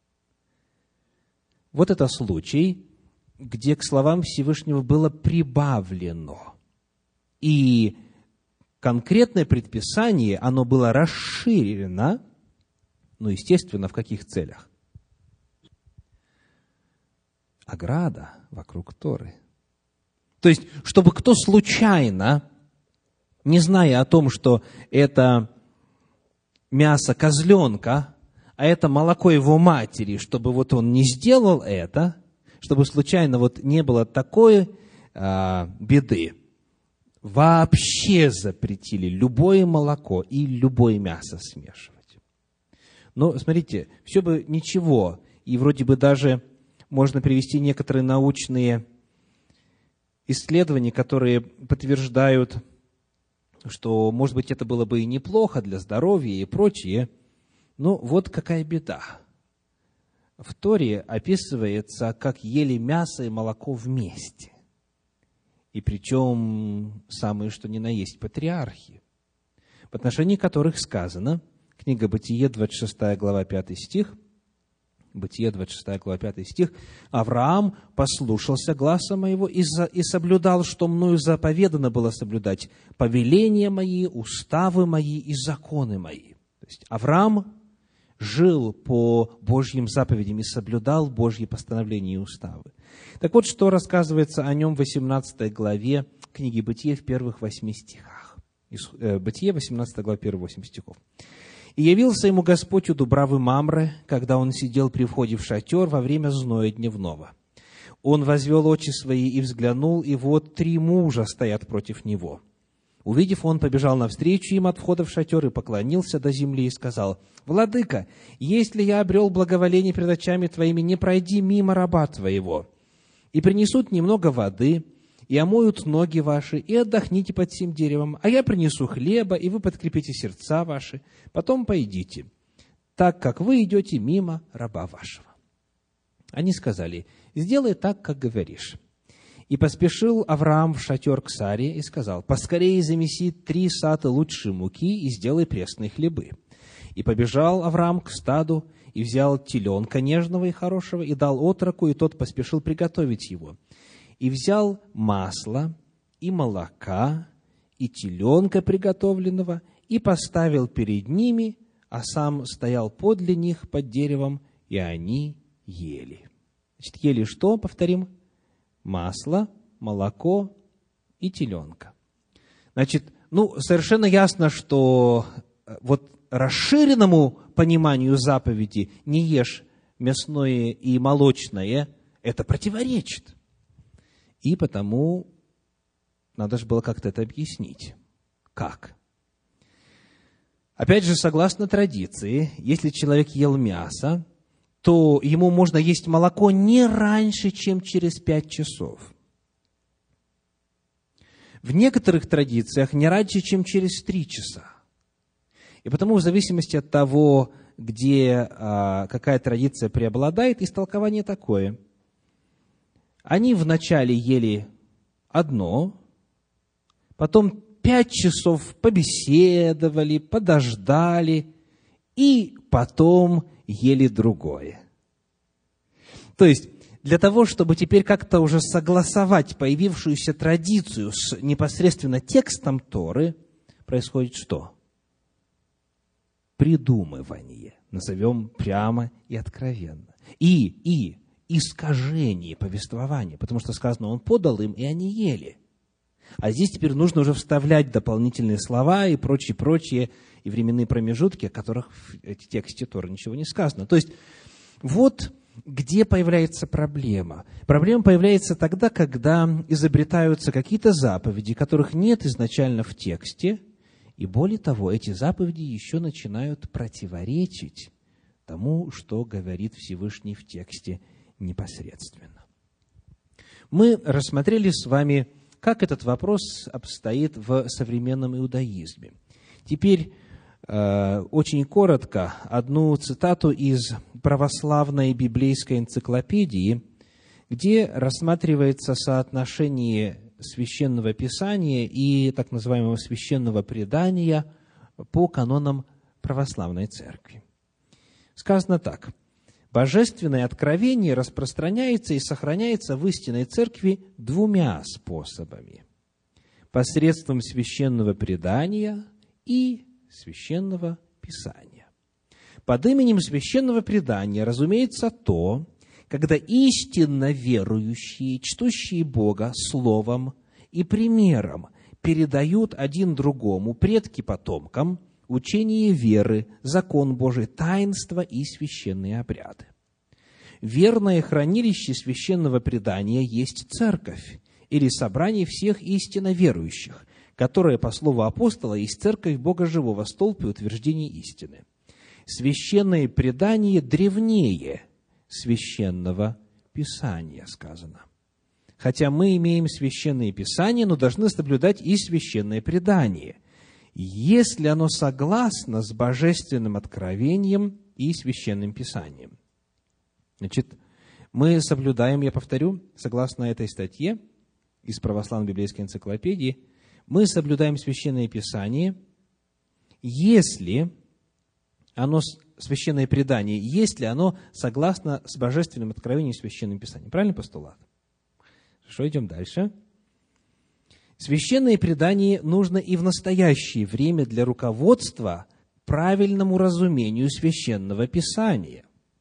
Speaker 1: Вот это случай, где к словам Всевышнего было прибавлено. И конкретное предписание, оно было расширено, ну, естественно, в каких целях? Ограда вокруг Торы. То есть, чтобы кто случайно, не зная о том, что это мясо козленка, а это молоко его матери, чтобы вот он не сделал это, чтобы случайно вот не было такой беды, вообще запретили любое молоко и любое мясо смешивать. Но, смотрите, все бы ничего, и вроде бы даже можно привести некоторые научные исследования, которые подтверждают, что, может быть, это было бы и неплохо для здоровья и прочее. Но вот какая беда. В Торе описывается, как ели мясо и молоко вместе. И причем самые, что ни на есть, патриархи, в отношении которых сказано, книга Бытие, 26 глава, 5 стих, Бытие, 26 глава, 5 стих, «Авраам послушался гласа моего и соблюдал, что мною заповедано было соблюдать, повеления мои, уставы мои и законы мои». То есть Авраам жил по Божьим заповедям и соблюдал Божьи постановления и уставы. Так вот, что рассказывается о нем в 18 главе книги Бытие в первых 8 стихах. Бытие, 18 глава, первые 8 стихов. «И явился ему Господь у дубравы Мамры, когда он сидел при входе в шатер во время зноя дневного. Он возвел очи свои и взглянул, и вот 3 мужа стоят против него. Увидев, он побежал навстречу им от входа в шатер и поклонился до земли и сказал: «Владыка, если я обрел благоволение пред очами твоими, не пройди мимо раба твоего. И принесут немного воды, и омоют ноги ваши, и отдохните под сим деревом, а я принесу хлеба, и вы подкрепите сердца ваши, потом пойдите, так как вы идете мимо раба вашего». Они сказали: «Сделай так, как говоришь». И поспешил Авраам в шатер к Саре и сказал: «Поскорее замеси 3 сата лучшей муки и сделай пресные хлебы». И побежал Авраам к стаду, и взял теленка нежного и хорошего, и дал отроку, и тот поспешил приготовить его. И взял масло, и молока, и теленка приготовленного, и поставил перед ними, а сам стоял подле них под деревом, и они ели. Значит, ели что? Повторим. Масло, молоко и теленка. Значит, совершенно ясно, что вот расширенному пониманию заповеди «не ешь мясное и молочное» это противоречит. И потому надо же было как-то это объяснить. Как? Опять же, согласно традиции, если человек ел мясо, то ему можно есть молоко не раньше, чем через 5 часов. В некоторых традициях не раньше, чем через 3 часа. И потому в зависимости от того, где какая традиция преобладает, истолкование такое. Они вначале ели одно, потом 5 часов побеседовали, подождали, и потом ели другое. То есть, для того, чтобы теперь как-то уже согласовать появившуюся традицию с непосредственно текстом Торы, происходит что? Придумывание, назовем прямо и откровенно. И искажение повествования, потому что сказано, он подал им, и они ели. А здесь теперь нужно уже вставлять дополнительные слова и прочие, и временные промежутки, о которых в тексте Торы ничего не сказано. То есть, вот где появляется проблема. Проблема появляется тогда, когда изобретаются какие-то заповеди, которых нет изначально в тексте, и более того, эти заповеди еще начинают противоречить тому, что говорит Всевышний в тексте непосредственно. Мы рассмотрели с вами, как этот вопрос обстоит в современном иудаизме. Теперь очень коротко одну цитату из православной библейской энциклопедии, где рассматривается соотношение Священного Писания и так называемого священного предания по канонам православной церкви. Сказано так. Божественное откровение распространяется и сохраняется в истинной церкви 2 способами. Посредством священного предания и священного Писания. Под именем священного предания разумеется то, когда истинно верующие, чтущие Бога словом и примером передают один другому, предки потомкам, учение веры, закон Божий, таинства и священные обряды. Верное хранилище священного предания есть церковь, или собрание всех истинно верующих, которое, по слову апостола, есть церковь Бога живого, столб и утверждение истины. Священное предание древнее священного Писания, сказано. Хотя мы имеем священное Писание, но должны соблюдать и священное предание, если оно согласно с божественным откровением и священным Писанием. Значит, мы соблюдаем, я повторю, согласно этой статье из православной библейской энциклопедии, мы соблюдаем священное Писание, если оно, священное предание, если оно согласно с божественным откровением и священным Писанием. Правильный постулат? Хорошо, идем дальше. Священное предание нужно и в настоящее время для руководства правильному разумению священного Писания,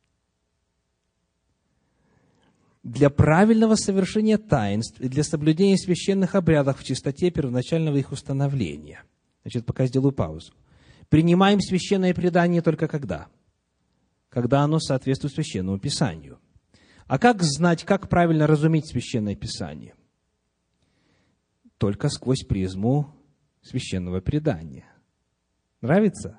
Speaker 1: для правильного совершения таинств и для соблюдения священных обрядов в чистоте первоначального их установления. Значит, пока сделаю паузу. Принимаем священное предание только когда? Когда оно соответствует священному Писанию. А как знать, как правильно разуметь священное Писание? Только сквозь призму священного предания. Нравится?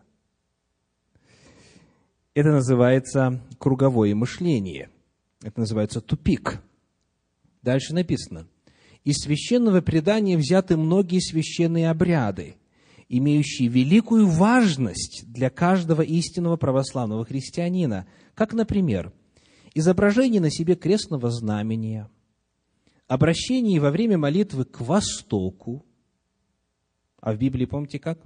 Speaker 1: Это называется круговое мышление. Это называется тупик. Дальше написано. Из священного предания взяты многие священные обряды, имеющие великую важность для каждого истинного православного христианина, как, например, изображение на себе крестного знамения, обращение во время молитвы к востоку, а в Библии помните как?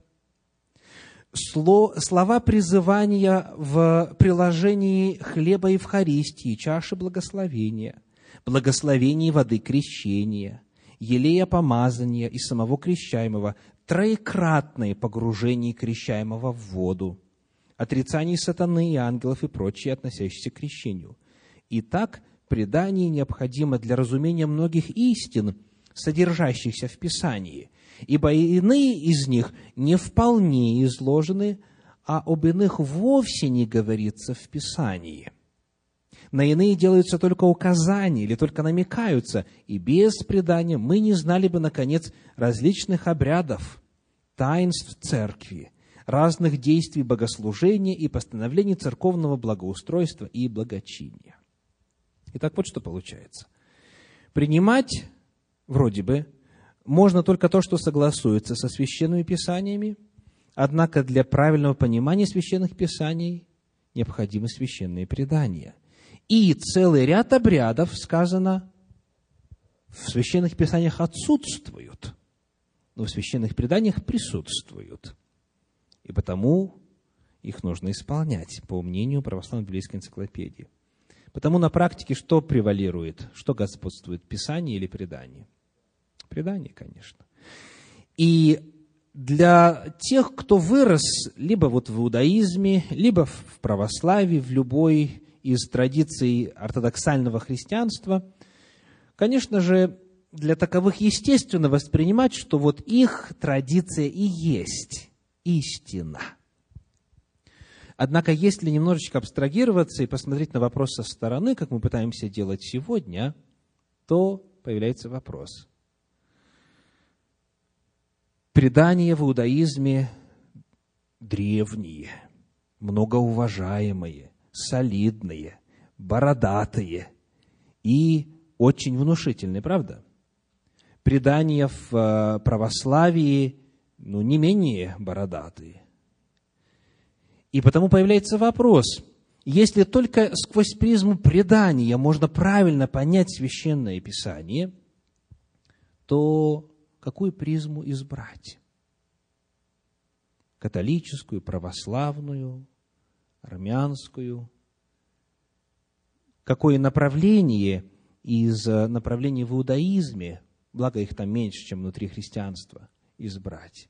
Speaker 1: Слова призывания в приложении хлеба Евхаристии, чаши благословения, благословение воды крещения, елея помазания и самого крещаемого, троекратное погружение крещаемого в воду, отрицание сатаны и ангелов и прочее, относящиеся к крещению. Итак, предание необходимо для разумения многих истин, содержащихся в Писании, ибо иные из них не вполне изложены, а об иных вовсе не говорится в Писании. На иные делаются только указания или только намекаются, и без предания мы не знали бы, наконец, различных обрядов, таинств церкви, разных действий богослужения и постановлений церковного благоустройства и благочиния. Итак, вот что получается. Принимать, вроде бы, можно только то, что согласуется со священными писаниями, Однако для правильного понимания священных писаний необходимы священные предания. И целый ряд обрядов, сказано, в священных писаниях отсутствуют, но в священных преданиях присутствуют. И потому их нужно исполнять, по мнению православной библейской энциклопедии. Потому на практике что превалирует, что господствует, Писание или предание? Предание, конечно. И для тех, кто вырос либо в иудаизме, либо в православии, в любой из традиций ортодоксального христианства, конечно же, для таковых естественно воспринимать, что их традиция и есть истина. Однако, если немножечко абстрагироваться и посмотреть на вопрос со стороны, как мы пытаемся делать сегодня, то появляется вопрос. Предания в иудаизме древние, многоуважаемые, солидные, бородатые и очень внушительные, правда? Предания в православии, не менее бородатые. И потому появляется вопрос, если только сквозь призму предания можно правильно понять Священное Писание, то какую призму избрать? Католическую, православную, армянскую? Какое направление из направлений в иудаизме, благо их там меньше, чем внутри христианства, избрать?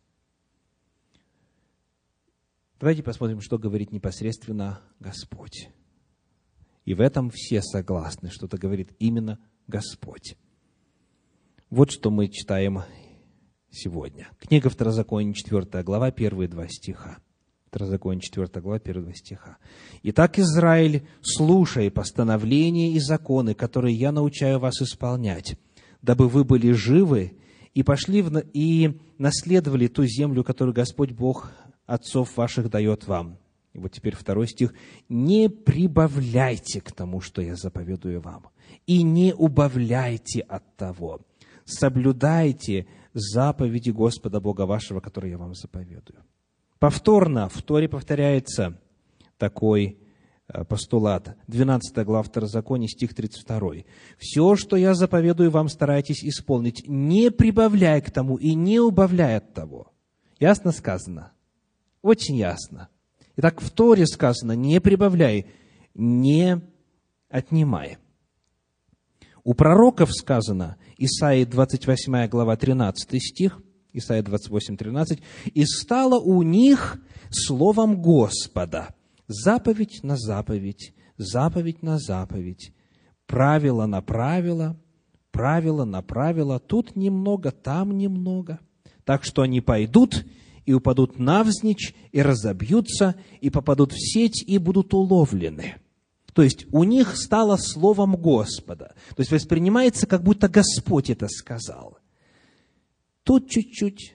Speaker 1: Давайте посмотрим, что говорит непосредственно Господь. И в этом все согласны, что это говорит именно Господь. Вот что мы читаем сегодня. Книга Второзакония, 4 глава, 1-2 стиха. Второзаконие, 4 глава, 1-2 стиха. «Итак, Израиль, слушай постановления и законы, которые я научаю вас исполнять, дабы вы были живы и пошли и наследовали ту землю, которую Господь Бог отцов ваших дает вам». И вот теперь 2 стих. «Не прибавляйте к тому, что я заповедую вам, и не убавляйте от того. Соблюдайте заповеди Господа Бога вашего, которые я вам заповедую». Повторно в Торе повторяется такой постулат. 12 глава Второзакония, стих 32. «Все, что я заповедую вам, старайтесь исполнить, не прибавляя к тому и не убавляя от того». Ясно сказано? Очень ясно. Итак, в Торе сказано: не прибавляй, не отнимай. У пророков сказано, Исаии 28 глава 13 стих, Исаия 28, 13, «И стало у них словом Господа заповедь на заповедь, заповедь на заповедь, правило на правило, правило на правило, тут немного, там немного, так что они пойдут и упадут навзничь, и разобьются, и попадут в сеть, и будут уловлены». То есть у них стало словом Господа. То есть воспринимается, как будто Господь это сказал. Тут чуть-чуть,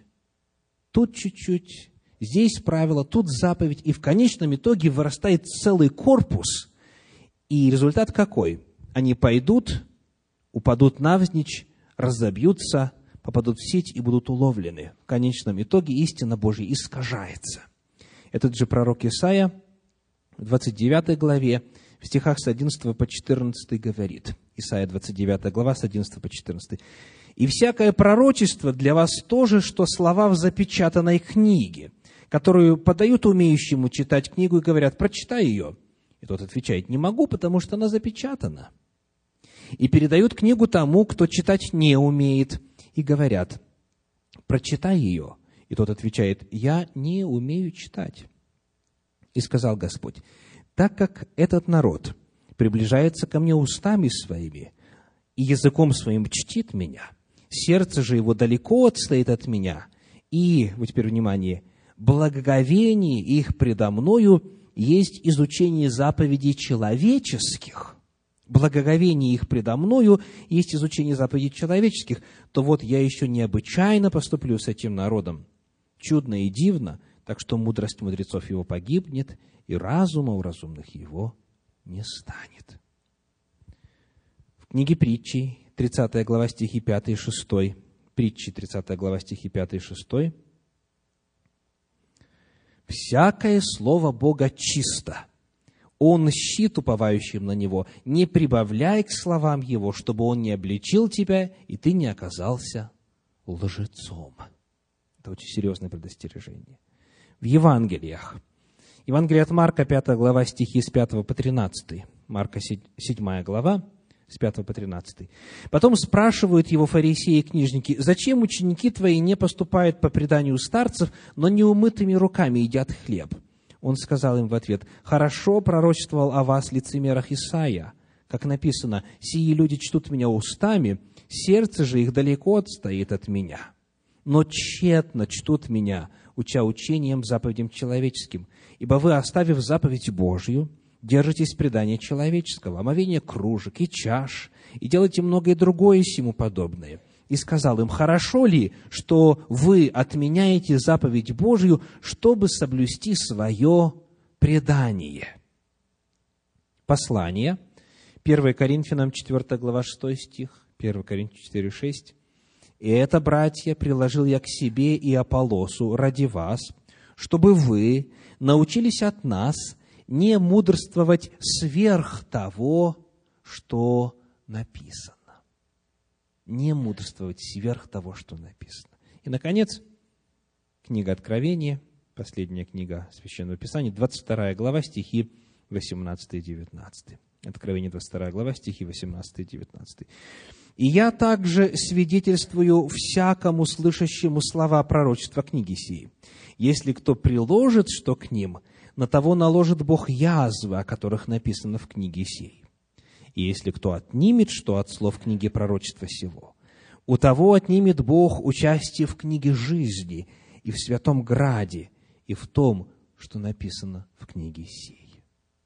Speaker 1: здесь правило, тут заповедь. И в конечном итоге вырастает целый корпус. И результат какой? Они пойдут, упадут навзничь, разобьются, попадут в сеть и будут уловлены. В конечном итоге истина Божья искажается. Этот же пророк Исаия в 29 главе, в стихах с 11 по 14 говорит. Исаия 29 глава, с 11 по 14. «И всякое пророчество для вас тоже, что слова в запечатанной книге, которую подают умеющему читать книгу и говорят: прочитай ее». И тот отвечает: не могу, потому что она запечатана. И передают книгу тому, кто читать не умеет, и говорят: прочитай ее. И тот отвечает: я не умею читать. И сказал Господь: так как этот народ приближается ко мне устами своими и языком своим чтит меня, сердце же его далеко отстоит от меня, и, вот теперь внимание, благоговение их предо мною есть изучение заповедей человеческих, благоговение их предо мною есть изучение заповедей человеческих, то вот я еще необычайно поступлю с этим народом, чудно и дивно, так что мудрость мудрецов его погибнет, и разума у разумных его не станет. В книге Притчи, 30 глава, стихи 5 и 6, Притчи, 30 глава, стихи 5 и 6, всякое слово Бога чисто. Он щит уповающим на Него. Не прибавляй к словам Его, чтобы Он не обличил тебя, и ты не оказался лжецом». Это очень серьезное предостережение. В Евангелиях. Евангелие от Марка, 5 глава, стихи с 5 по 13. Марка, 7 глава, с 5 по 13. «Потом спрашивают его фарисеи и книжники: зачем ученики твои не поступают по преданию старцев, но неумытыми руками едят хлеб? Он сказал им в ответ: хорошо пророчествовал о вас лицемерах Исаия, как написано: сии люди чтут меня устами, сердце же их далеко отстоит от меня. Но тщетно чтут меня, уча учением, заповедям человеческим. Ибо вы, оставив заповедь Божью, держитесь предания человеческого, омовения кружек и чаш, и делаете многое другое сему подобное. И сказал им: хорошо ли, что вы отменяете заповедь Божью, чтобы соблюсти свое предание?» Послание, 1 Коринфянам, 4 глава, 6 стих, 1 Коринфянам 4, 6. «И это, братья, приложил я к себе и Аполлосу ради вас, чтобы вы научились от нас не мудрствовать сверх того, что написано». Не мудрствовать сверх того, что написано. И, наконец, книга Откровения, последняя книга Священного Писания, 22 глава, стихи 18 и 19. Откровение, 22 глава, стихи 18 и 19. «И я также свидетельствую всякому слышащему слова пророчества книги сии. Если кто приложит что к ним, на того наложит Бог язвы, о которых написано в книге сей. И если кто отнимет что от слов книги пророчества сего, у того отнимет Бог участие в книге жизни и в святом граде, и в том, что написано в книге сей».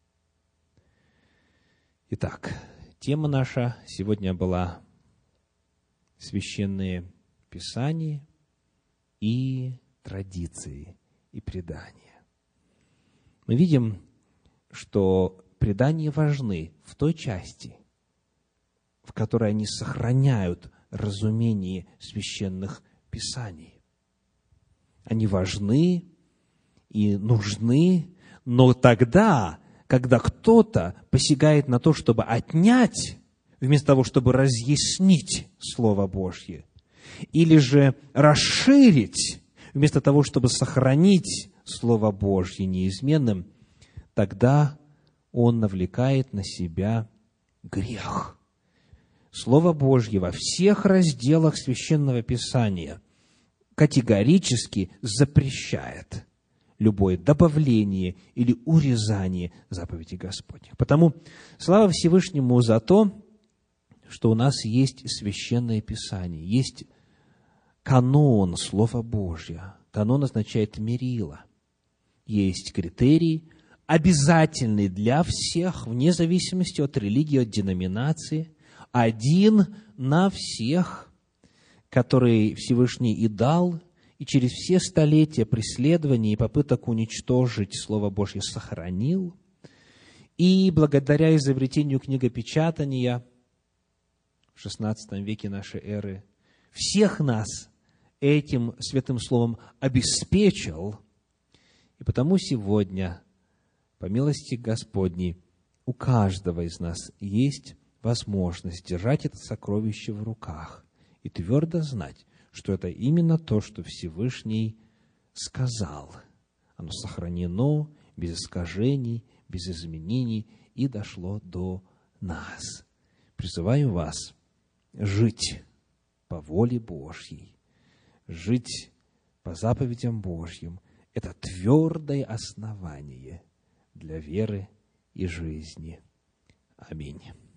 Speaker 1: Итак, тема наша сегодня была Священное Писание и традиции и предания. Мы видим, что предания важны в той части, в которой они сохраняют разумение священных писаний. Они важны и нужны, но тогда, когда кто-то посягает на то, чтобы отнять, вместо того, чтобы разъяснить Слово Божье, или же расширить, вместо того, чтобы сохранить Слово Божье неизменным, тогда он навлекает на себя грех. Слово Божье во всех разделах Священного Писания категорически запрещает любое добавление или урезание заповедей Господних. Потому слава Всевышнему за то, что у нас есть Священное Писание, есть канон Слова Божьего. Канон означает мерило. Есть критерии, обязательный для всех, вне зависимости от религии, от деноминации, один на всех, который Всевышний и дал, и через все столетия преследований и попыток уничтожить Слово Божье сохранил. И благодаря изобретению книгопечатания в XVI веке нашей эры всех нас этим святым словом обеспечил. И потому сегодня, по милости Господней, у каждого из нас есть возможность держать это сокровище в руках и твердо знать, что это именно то, что Всевышний сказал. Оно сохранено без искажений, без изменений и дошло до нас. Призываю вас жить по воле Божьей, жить по заповедям Божьим. Это твердое основание для веры и жизни. Аминь.